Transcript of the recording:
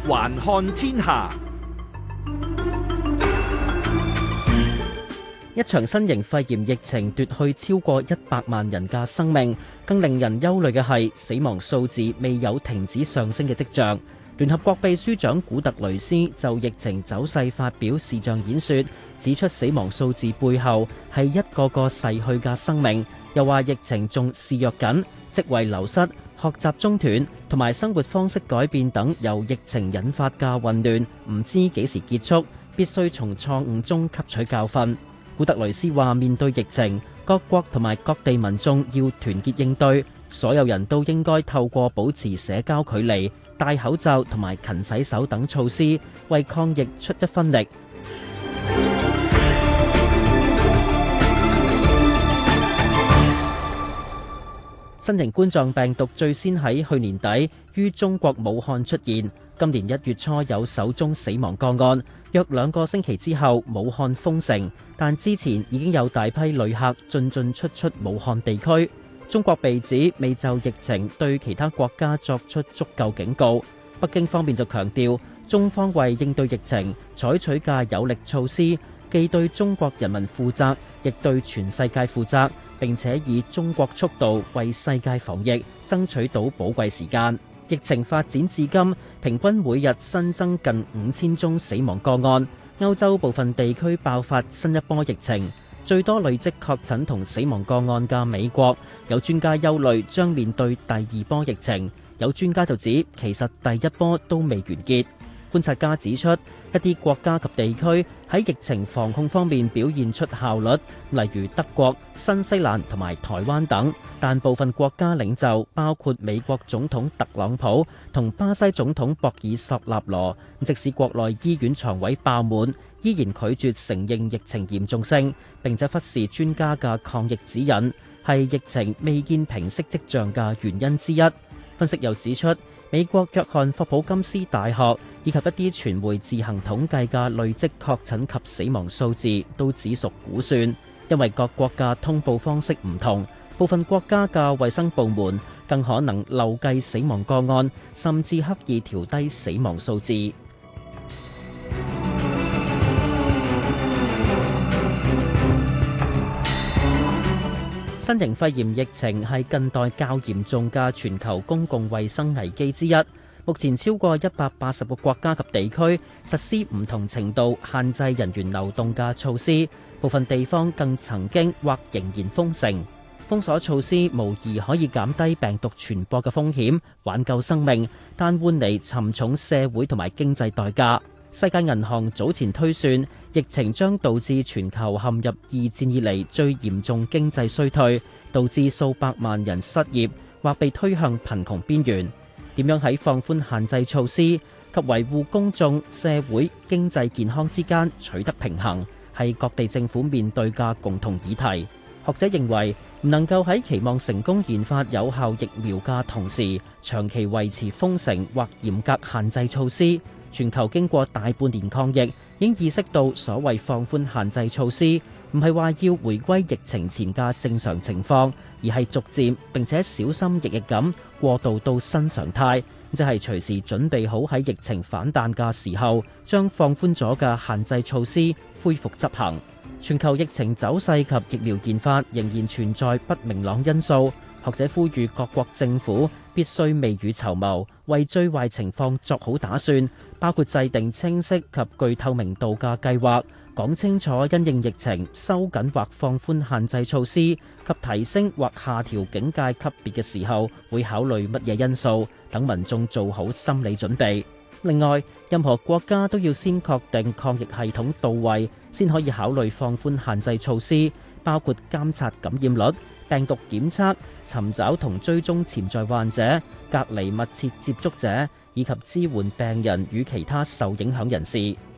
環看天下。 一場新型肺炎疫情奪去超過100萬人嘅生命，更令人憂慮嘅係死亡數字未有停止上升嘅跡象。聯合國秘書長古特雷斯就疫情走勢發表視像演說，指出死亡數字背後係一個個逝去嘅生命，又話疫情仲肆虐緊，職位流失、學習中斷同埋生活方式改變等由疫情引發嘅混亂，唔知幾時結束，必須從錯誤中吸取教訓。古特雷斯話：面對疫情，各國同埋各地民眾要團結應對，所有人都應該透過保持社交距離、戴口罩同埋勤洗手等措施，為抗疫出一分力。新型冠狀病毒最先喺去年底於中國武漢出現，今年1月初有首宗死亡個案。約2個星期之後，武漢封城，但之前已經有大批旅客進出武漢地區。中國被指未就疫情對其他國家作出足夠警告。北京方面就強調，中方為應對疫情採取嘅有力措施，既對中國人民負責，亦對全世界負責，並且以中國速度為世界防疫爭取到寶貴時間。疫情發展至今，平均每日新增近5000宗死亡個案。歐洲部分地區爆發新一波疫情，最多累積確診同死亡個案嘅美國，有專家憂慮將面對第2波疫情。有專家就指，其實第1波都未完結。觀察家指出，一啲國家及地區喺疫情防控方面表現出效率，例如德國、新西蘭同埋台灣等。但部分國家領袖，包括美國總統特朗普同巴西總統博爾索納羅，即使國內醫院床位爆滿，依然拒絕承認疫情嚴重性，並且忽視專家嘅抗疫指引，係疫情未見平息跡象嘅原因之一。分析又指出，美國約翰霍普金斯大學以及一啲傳媒自行統計嘅累積確診及死亡數字都只屬估算，因為各國嘅通報方式唔同，部分國家嘅衛生部門更可能漏計死亡個案，甚至刻意調低死亡數字。新型肺炎疫情係近代較嚴重嘅全球公共衛生危機之一。目前超過180個國家及地區實施唔同程度限制人員流動嘅措施，部分地方更曾經或仍然封城。封鎖措施無疑可以減低病毒傳播嘅風險，挽救生命，但換嚟沉重社會同埋經濟代價。世界銀行早前推算，疫情將導致全球陷入2戰以嚟最嚴重經濟衰退，導致數百萬人失業或被推向貧窮邊緣。點樣喺放寬限制措施及維護公眾、社會、經濟健康之間取得平衡，係各地政府面對嘅共同議題。學者認為，唔能夠喺期望成功研發有效疫苗嘅同時，長期維持封城或嚴格限制措施。全球經過大半年抗疫，已經意識到所謂放寬限制措施，唔係話要回歸疫情前嘅正常情況，而係逐漸並且小心翼翼咁過渡到新常態，即係隨時準備好喺疫情反彈嘅時候，將放寬咗嘅限制措施恢復執行。全球疫情走勢及疫苗研發仍然存在不明朗因素。學者呼籲各國政府必須未雨綢繆，為最壞情況作好打算，包括制定清晰及具透明度嘅計劃，講清楚因應疫情收緊或放寬限制措施及提升或下調警戒級別嘅時候，會考慮乜嘢因素，等民眾做好心理準備。另外，任何國家都要先確定抗疫系統到位，先可以考慮放寬限制措施，包括監察感染率、病毒檢測、尋找同追蹤潛在患者、隔離密切接觸者，以及支援病人與其他受影響人士。